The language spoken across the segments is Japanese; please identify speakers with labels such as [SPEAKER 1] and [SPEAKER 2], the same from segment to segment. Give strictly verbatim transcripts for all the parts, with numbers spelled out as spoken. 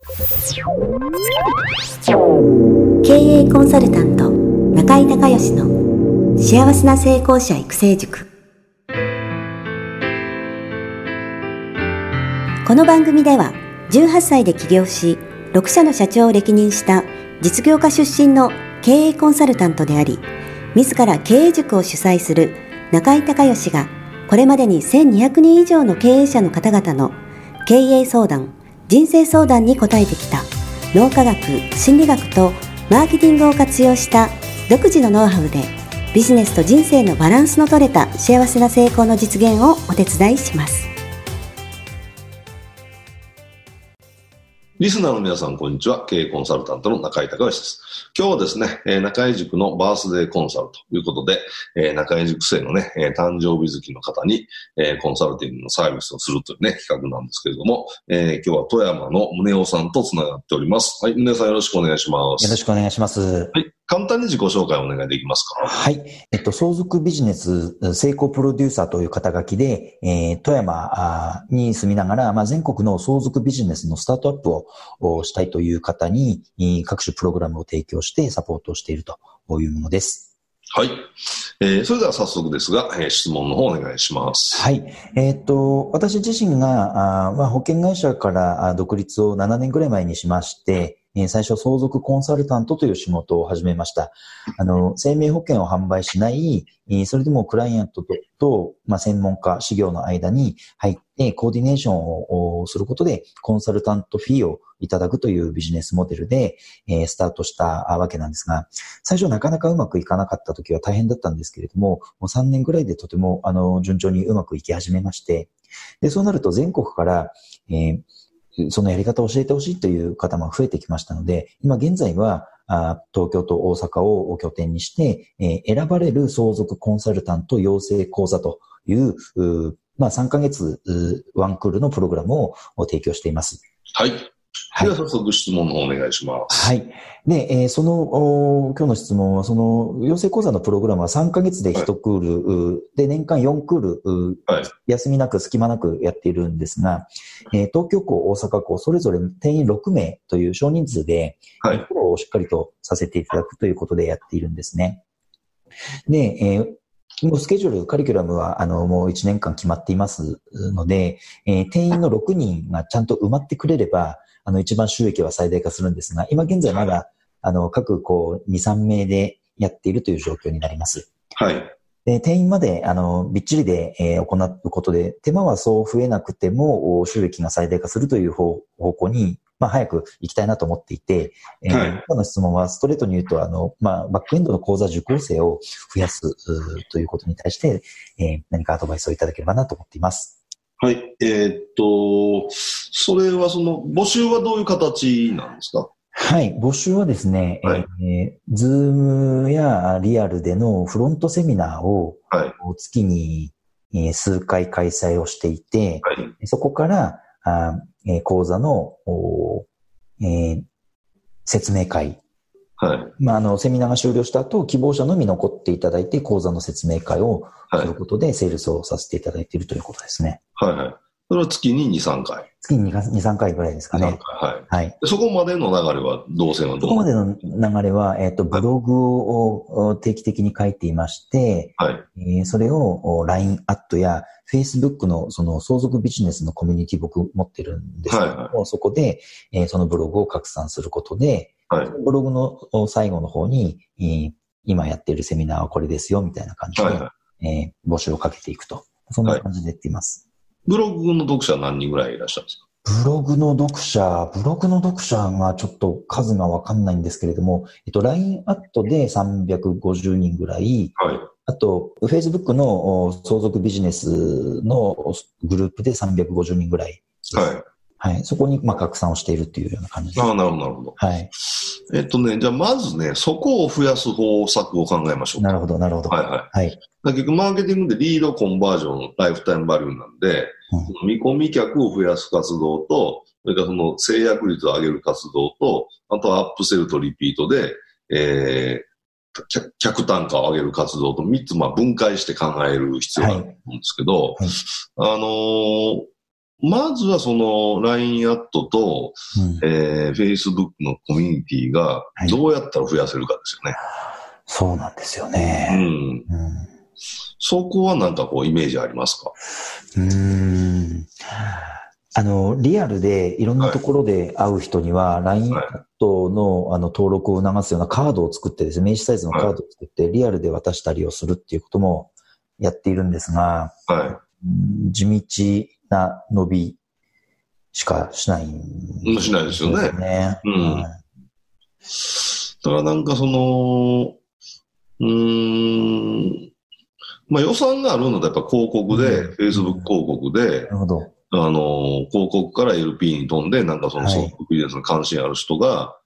[SPEAKER 1] 経営コンサルタント中井孝義の幸せな成功者育成塾。この番組ではじゅうはっさいで起業しろくしゃの社長を歴任した実業家出身の経営コンサルタントであり、自ら経営塾を主催する中井孝義がこれまでにせんにひゃくにん以上の経営者の方々の経営相談、人生相談に応えてきた脳科学、心理学とマーケティングを活用した独自のノウハウでビジネスと人生のバランスの取れた幸せな成功の実現をお手伝いします。
[SPEAKER 2] リスナーの皆さん、こんにちは。経営コンサルタントの中井孝義です。今日はですね、えー、中井塾のバースデーコンサルということで、えー、中井塾生のね、えー、誕生日月の方に、えー、コンサルティングのサービスをするというね、企画なんですけれども、えー、今日は富山の宗男さんとつながっております。はい、宗男さんよろしくお願いします。
[SPEAKER 3] よろしくお願いします。
[SPEAKER 2] はい。簡単に自己紹介をお願いできますか？
[SPEAKER 3] はい。えっと、相続ビジネス成功プロデューサーという肩書きで、えー、富山に住みながら、まあ、全国の相続ビジネスのスタートアップをしたいという方に、各種プログラムを提供してサポートをしているというものです。
[SPEAKER 2] はい。えー、それでは早速ですが、えー、質問の方お願いします。
[SPEAKER 3] はい。えー、っと、私自身が、あまあ、保険会社から独立をななねんぐらい前にしまして、最初相続コンサルタントという仕事を始めました。あの、生命保険を販売しない、それでもクライアントと、とまあ、専門家、事業の間に入ってコーディネーションをすることでコンサルタントフィーをいただくというビジネスモデルで、えー、スタートしたわけなんですが、最初なかなかうまくいかなかった時は大変だったんですけれども、もうさんねんぐらいでとてもあの順調にうまくいき始めまして、で、そうなると全国から、えーそのやり方を教えてほしいという方も増えてきましたので、今現在はあ東京と大阪を拠点にして、えー、選ばれる相続コンサルタント養成講座という、うまあさんかげつワンクールのプログラムを提供しています。
[SPEAKER 2] はい。では早速質問の方お願いします。
[SPEAKER 3] はい。で、えー、その、今日の質問は、その、養成講座のプログラムはさんかげつでいちクール、はい、で、年間よんクール、はい、休みなく隙間なくやっているんですが、えー、東京校、大阪校、それぞれ定員ろくめいという少人数で、はい、フォローをしっかりとさせていただくということでやっているんですね。で、えーもうスケジュール、カリキュラムは、あの、もういちねんかん決まっていますので、えー、定員のろくにんがちゃんと埋まってくれれば、あの、一番収益は最大化するんですが、今現在まだ、あの、各、こう、に、さんめいでやっているという状況になります。
[SPEAKER 2] はい。
[SPEAKER 3] で、定員まで、あの、びっちりで、えー、行うことで、手間はそう増えなくても、収益が最大化するという方向に、まあ、早く行きたいなと思っていて、えー、はい、今の質問はストレートに言うと、あの、まあ、バックエンドの講座受講生を増やすということに対して、えー、何かアドバイスをいただければなと思っています。
[SPEAKER 2] はい。えー、っと、それはその、募集はどういう形なんですか？
[SPEAKER 3] はい。募集はですね、はい、えー、ズームやリアルでのフロントセミナーを月に数回開催をしていて、はい、そこからあ、えー、講座の、えー、説明会。はい。まあ、あの、セミナーが終了した後、希望者のみ残っていただいて、講座の説明会をすることで、セールスをさせていただいているということですね。
[SPEAKER 2] はいはい。それは月にに、さんかい。
[SPEAKER 3] 月にに、さんかいぐらいですかね。
[SPEAKER 2] はい。はい。そこまでの流れは、動線はどう？
[SPEAKER 3] そこまでの流れは、えっと、ブログを定期的に書いていまして、はい。えー、それを ライン アットや Facebook のその相続ビジネスのコミュニティ僕持ってるんですけども、はいはい、そこで、えー、そのブログを拡散することで、はい、ブログの最後の方に、えー、今やっているセミナーはこれですよ、みたいな感じで、はいはい、えー、募集をかけていくと。そんな感じでやっています。
[SPEAKER 2] はい、ブログの読者は何人ぐらいいらっしゃるんですか？
[SPEAKER 3] ブログの読者、ブログの読者がちょっと数がわかんないんですけれども、えっと、ライン アットでさんびゃくごじゅうにんぐらい、はい、あと、Facebook の相続ビジネスのグループでさんびゃくごじゅうにんぐらいです。はい。はい。そこに、まあ、拡散をしているっていうような感じです。
[SPEAKER 2] ああ、なるほど、なるほど。
[SPEAKER 3] はい。
[SPEAKER 2] えっとね、じゃあまずね、そこを増やす方策を考えましょう。
[SPEAKER 3] なるほど、なるほど。
[SPEAKER 2] はいはい。
[SPEAKER 3] はい。
[SPEAKER 2] 結局、マーケティングでリードコンバージョン、ライフタイムバリューなんで、うん、見込み客を増やす活動と、それからその制約率を上げる活動と、あとはアップセルとリピートで、えー、客単価を上げる活動とみっつまあ分解して考える必要があると思うんですけど、はいはい、あのー、 まずはその ライン アットと、
[SPEAKER 3] うん
[SPEAKER 2] えー、Facebook のコミュニティがどうやったら増やせるかですよね。
[SPEAKER 3] はい、そうなんですよ
[SPEAKER 2] う
[SPEAKER 3] ね。
[SPEAKER 2] ん。
[SPEAKER 3] うん、
[SPEAKER 2] そこはなんかこうイメージありますか？
[SPEAKER 3] うーん。あの、リアルでいろんなところで会う人には、ライン アットのあの登録を促すようなカードを作ってですね、名刺サイズのカードを作ってリアルで渡したりをするっていうこともやっているんですが、
[SPEAKER 2] はい。
[SPEAKER 3] 地道な伸びしかしないんです
[SPEAKER 2] ね。しないですよね。
[SPEAKER 3] ね。
[SPEAKER 2] うん。はい、だからなんかその、うーん、まあ予算があるのでやっぱ広告で、うん、Facebook 広告で、
[SPEAKER 3] なるほど。
[SPEAKER 2] あの、広告から エルピー に飛んで、なんかその、ソフトビジネスに関心ある人が、はい、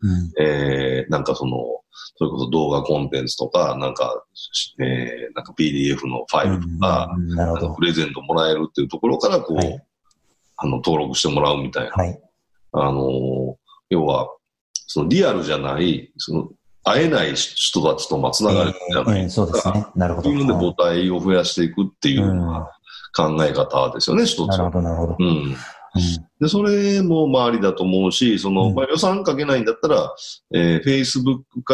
[SPEAKER 2] えー、なんかその、それこそ動画コンテンツとか、なんか、えー、なんか ピーディーエフ のファイルとか、うん、なるほど。プレゼントもらえるっていうところから、こう、はい、あの、登録してもらうみたいな。はい、あの、要は、そのリアルじゃない、その、会えない人たちとまあつながるじゃないですか。
[SPEAKER 3] えーえー、そうですね。なるほど。
[SPEAKER 2] そういうので母体を増やしていくっていうのが考え方ですよね、一つ。
[SPEAKER 3] なるほど、なるほど。
[SPEAKER 2] うん。で、それもまあありだと思うし、その、うん、まあ予算かけないんだったら、えー、Facebook から、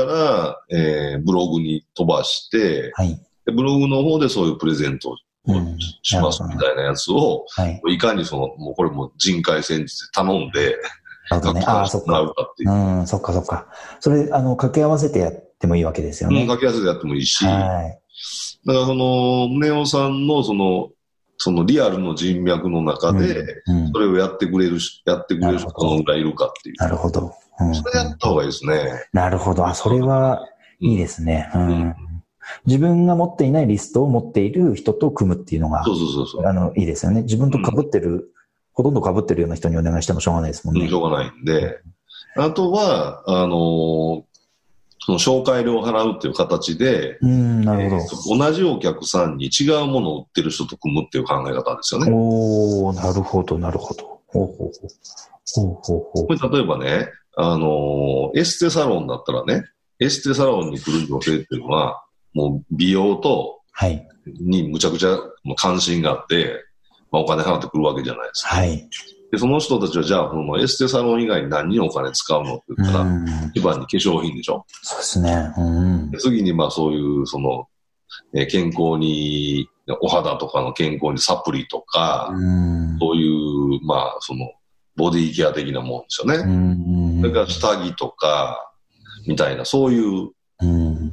[SPEAKER 2] えー、ブログに飛ばして、はい、でブログの方でそういうプレゼントをしますみたいなやつを、うんはい、いかにその、もうこれも人海戦術で頼んで、
[SPEAKER 3] なるほどね。ああ、そっか。うん、そっかそっか。それ、あの、掛け合わせてやってもいいわけですよね。
[SPEAKER 2] うん、掛け合わせてやってもいいし、はい。だからその、宗男さんのその、そのリアルの人脈の中で、それをやってくれる、やってくれる人がどのぐらいいるかっていう。
[SPEAKER 3] なるほど。
[SPEAKER 2] うん、それやった方がいいですね。
[SPEAKER 3] なるほど。あ、それはいいですね。うん。うん、自分が持っていないリストを持っている人と組むっていうのが、
[SPEAKER 2] そうそうそうそう。
[SPEAKER 3] あの、いいですよね。自分と被ってる、うん、ほとんど被ってるような人にお願いしてもしょうがないですもんね。
[SPEAKER 2] うん、しょうがないんで。あとは、あのー、その紹介料を払うっていう形で、
[SPEAKER 3] うん、なるほど、え
[SPEAKER 2] ー。同じお客さんに違うものを売ってる人と組むっていう考え方ですよね。
[SPEAKER 3] おー、なるほど、なるほど。ほうほうほう。ほうほうほう。
[SPEAKER 2] これ例えばね、あのー、エステサロンだったらね、エステサロンに来る女性っていうのは、もう美容と、はい。にむちゃくちゃ関心があって、まあ、お金払ってくるわけじゃないですか。はい。で、その人たちはじゃあ、そのエステサロン以外に何にお金使うのって言ったら、一番に化粧品でしょ。
[SPEAKER 3] そうですね。うん、
[SPEAKER 2] で次に、まあそういう、その、えー、健康に、お肌とかの健康にサプリとか、うんそういう、まあその、ボディケア的なもんですよね。うんそれから下着とか、みたいな、そういう、うん、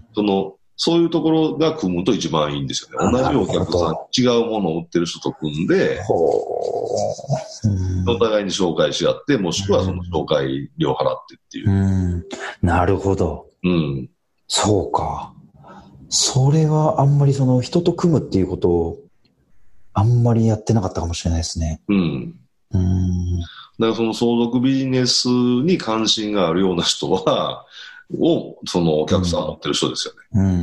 [SPEAKER 2] その、そういうところが組むと一番いいんですよね。同じお客さん、違うものを売ってる人と組んで、お互いに紹介し合って、もしくはその紹介料払ってっていう。
[SPEAKER 3] うん、なるほど。うん。そうか。それはあんまりその人と組むっていうことをあんまりやってなかったかもしれないですね。うん。
[SPEAKER 2] うん。だからその相続ビジネスに関心があるような人は、を、そのお客さん持ってる人ですよね。うん、うん、うん、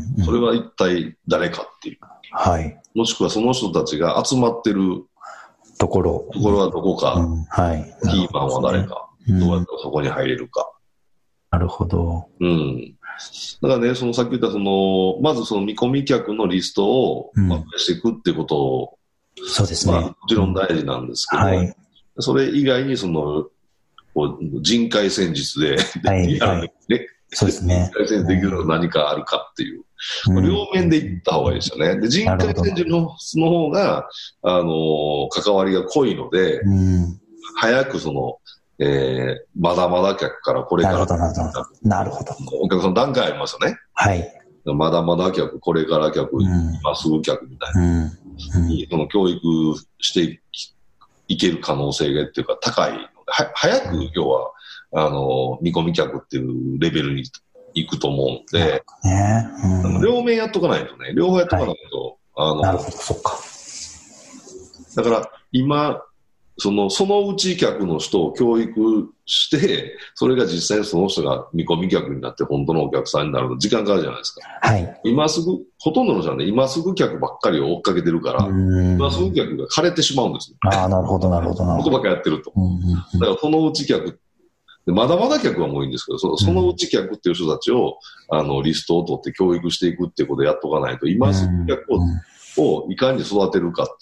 [SPEAKER 2] うん。それは一体誰かっていう。はい。もしくはその人たちが集まってる
[SPEAKER 3] ところ。
[SPEAKER 2] ところはどこか。うん、はい。キーマンは誰か。うん、どうやったらそこに入れるか。
[SPEAKER 3] なるほど。
[SPEAKER 2] うん。だからね、そのさっき言ったその、まずその見込み客のリストを、まあ、していくっていうことを、
[SPEAKER 3] そうですね。まあ、
[SPEAKER 2] もちろん大事なんですけど、はい、それ以外にその、こう人海戦術で、はいはい、ね、
[SPEAKER 3] そうですね。
[SPEAKER 2] 人海戦術できるのが何かあるかっていう、うん、両面でいった方がいいですよね。で、人海戦術 の, の方が、あの、関わりが濃いので、うん、早くその、えー、まだまだ客からこれから。
[SPEAKER 3] なるほど、なるほど。なるほど。
[SPEAKER 2] お客さん段階ありますよね。はい。まだまだ客、これから客、うん、今すぐ客みたいな。うんうん、その教育していける可能性がっていうか高いので、は早く要は、あの、見込み客っていうレベルに行くと思うんで、ねうん、両面やっとかないとね、両方やっとかないと、はい、あの、
[SPEAKER 3] なるほど、そっか。
[SPEAKER 2] だから今、その、そのうち客の人を教育して、それが実際にその人が見込み客になって本当のお客さんになると時間かかるじゃないですか。はい。今すぐ、ほとんどの人はね、今すぐ客ばっかりを追っかけてるから、今すぐ客が枯れてしまうんですよ。
[SPEAKER 3] ああ、なるほど、なるほど。
[SPEAKER 2] ことばっかりやってると。うんうんうん、だからそのうち客、まだまだ客はもういいんですけど、その、そのうち客っていう人たちを、あの、リストを取って教育していくっていうことをやっとかないと、今すぐ客を、をいかに育てるかっていう。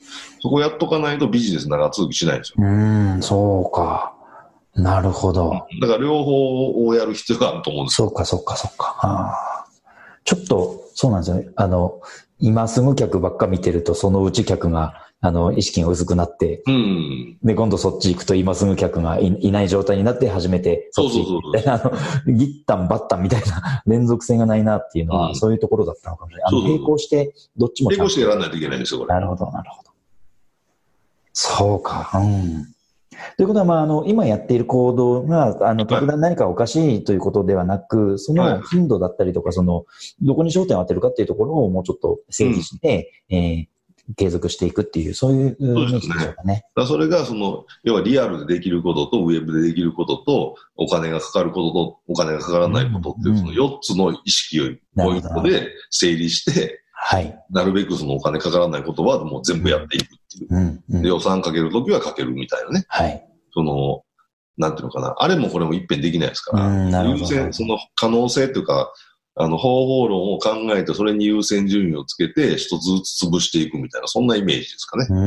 [SPEAKER 2] そこやっとかないとビジネス長続きしないんですよ。
[SPEAKER 3] うーん、そうか。なるほど。
[SPEAKER 2] だから両方をやる必要があると思うんですよ。
[SPEAKER 3] そうか、そうか、そうか。あちょっと、そうなんですよね。あの、今すぐ客ばっか見てると、そのうち客が、あの、意識が薄くなって、
[SPEAKER 2] うん。
[SPEAKER 3] で、今度そっち行くと今すぐ客が い, いない状態になって初めて、
[SPEAKER 2] そうそうそうそう。
[SPEAKER 3] あの、ギッタンバッタンみたいな連続性がないなっていうのは、うん、そういうところだったのかもしれない。あの、並行して、どっちも
[SPEAKER 2] 並行してやらないといけないんですよ、これ。
[SPEAKER 3] なるほど、なるほど。そうか。うん。ということは、まあ、あの、今やっている行動が、あの、特段何かおかしいということではなく、はい、その頻度だったりとか、その、どこに焦点を当てるかっていうところをもうちょっと整理して、うん、えー継続していくっていう、そういうイメージでしょうかね。
[SPEAKER 2] だそれが、その、要はリアルでできることと、ウェブでできることと、お金がかかることと、お金がかからないことっていう、そのよっつの意識をポイントで整理して、はい。なるべくそのお金かからないことはもう全部やっていくっていう。うんうん、で予算かけるときはかけるみたいなね。はい。その、なんていうのかな。あれもこれも一遍できないですから、うん、なるほど優先、その可能性というか、あの、方法論を考えて、それに優先順位をつけて、一つずつ潰していくみたいな、そんなイメージですかね。うん。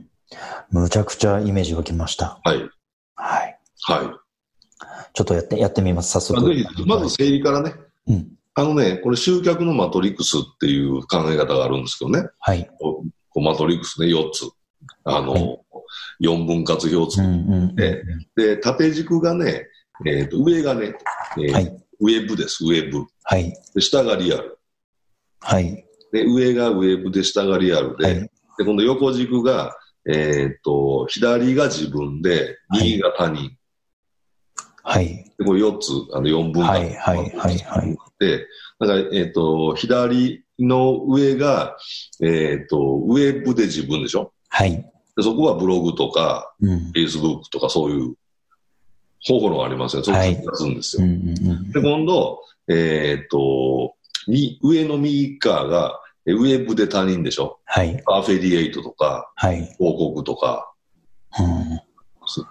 [SPEAKER 3] むちゃくちゃイメージがきました。
[SPEAKER 2] はい。
[SPEAKER 3] はい。
[SPEAKER 2] はい。
[SPEAKER 3] ちょっとやって、やってみます、早速。
[SPEAKER 2] ぜひ、まず整理からね。うん。あのね、これ集客のマトリックスっていう考え方があるんですけどね。はい。こうマトリックスね、よっつ。あの、はい、よんぶん割表を作って、うんうんうん、で、縦軸がね、えっと、上がね、えーはいウェブです、ウェブ。はい。で、下がリアル。はい。で、上がウェブで、下がリアルで、はい、で、今度横軸が、えっと、左が自分で、右が他人。はい。で、これよっつ、あの、よんぶん割。はい、はい、はい、はい。で、だから、えっと、左の上が、えっと、ウェブで自分でしょはい。で、そこはブログとか、うん、Facebook とかそういう、方法論がありますよ。それを出すんですよ。はいうんうんうん、で、今度、えっと、上の右側が、ウェブで他人でしょはい。アフィリエイトとか、はい。広告とか、うん、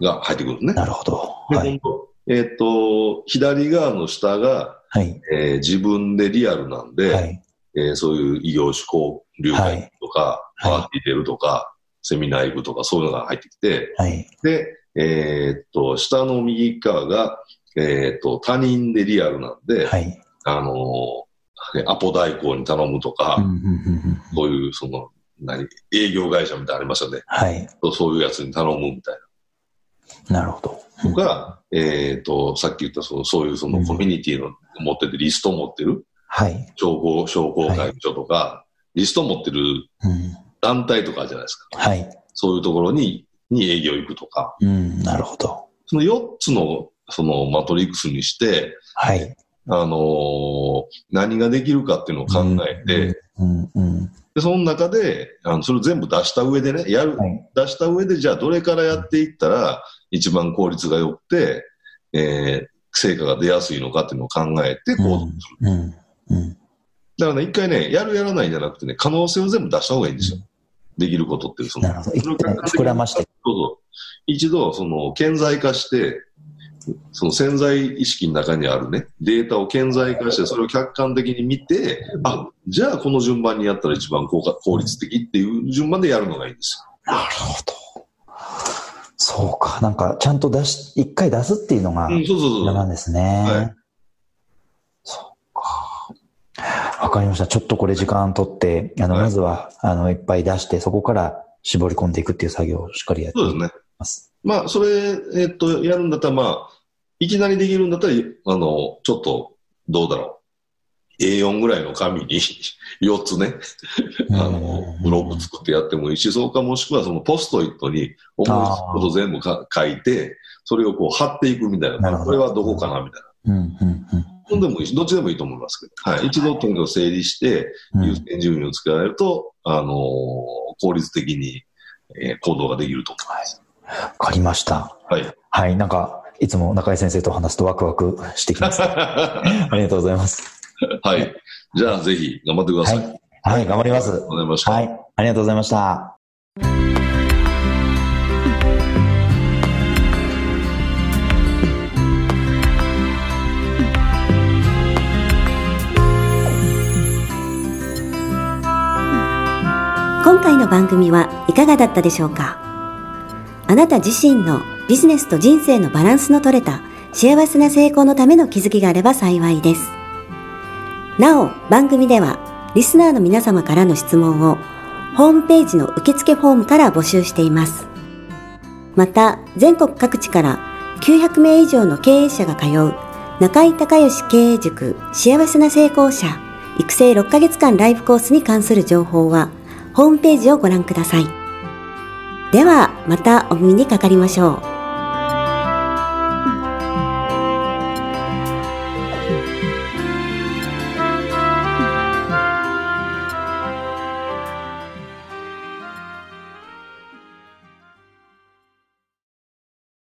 [SPEAKER 2] が入ってくるんですね。
[SPEAKER 3] なるほど。
[SPEAKER 2] で、はい、今度、えっと、左側の下が、はいえー、自分でリアルなんで、はいえー、そういう異業種交流会とか、はい、パーティー出るとか、はい、セミナー行くとか、そういうのが入ってきて、はい、で、えー、っと、下の右側が、えー、っと、他人でリアルなんで、はい、あのー、アポ代行に頼むとか、うんうんうんうん、そういう、その、何、営業会社みたいなのありますよね。はい。そういうやつに頼むみたい
[SPEAKER 3] な。なるほど。
[SPEAKER 2] とか、うん、えー、っと、さっき言ったその、そういうそのコミュニティの持っててリスト持ってる、はい。商工、商工会議所とか、はい、リスト持ってる団体とかじゃないですか。はい。そういうところに、に営業行くとか。
[SPEAKER 3] うん、なるほど。
[SPEAKER 2] そのよっつの、そのマトリックスにして、はい。あのー、何ができるかっていうのを考えて、うんうんうん、で、その中で、あの、それを全部出した上でね、やる、はい、出した上で、じゃあどれからやっていったら、一番効率が良くて、えー、成果が出やすいのかっていうのを考えて行動する。うんうんうん、だからね、一回ね、やるやらないんじゃなくてね、可能性を全部出した方がいいんですよ。うんできることっていう、その、
[SPEAKER 3] なるほど。膨らまして。
[SPEAKER 2] そうそう。一度、その、顕在化して、その潜在意識の中にあるね、データを顕在化して、それを客観的に見て、あ、じゃあこの順番にやったら一番効果、効率的っていう順番でやるのがいいんです
[SPEAKER 3] よ。なるほど。そうか。なんか、ちゃんと出し、一回出すっていうのが、うん、そうそうそう。なんですね。はい。そうか。わかりました。ちょっとこれ時間取って、あの、はい、まずは、あの、いっぱい出して、そこから絞り込んでいくっていう作業をしっかりやっていきます。そうですね。
[SPEAKER 2] まあ、それ、えっと、やるんだったら、まあ、いきなりできるんだったら、あの、ちょっと、どうだろう。エーよん ぐらいの紙によっつね、あの、ブログ作ってやってもいいし、そうかもしくはそのポストイットに思いつくこと全部か書いて、それをこう貼っていくみたいな。なこれはどこかなみたいな。うんうんうん、でもいいし、どっちでもいいと思いますけど。はい。一度とにかく整理して、優先順位をつけられると、うん、あのー、効率的に、えー、行動ができると思います。
[SPEAKER 3] わかりました。はい。はい。なんか、いつも中井先生と話すとワクワクしてきます。ありがとうございます。
[SPEAKER 2] はい。じゃあ、ぜひ、頑張ってください。
[SPEAKER 3] はい。はい、頑張ります。ありがとうございました。はい。ありがとうございました。
[SPEAKER 1] 今回の番番組はいかがだったでしょうか。あなた自身のビジネスと人生のバランスの取れた幸せな成功のための気づきがあれば幸いです。なお、番組ではリスナーの皆様からの質問をホームページの受付フォームから募集しています。また、全国各地からきゅうひゃくめい以上の経営者が通う中井隆義経営塾幸せな成功者育成ろっかげつかんライブコースに関する情報はホームページをご覧ください。ではまたお耳にかかりましょう。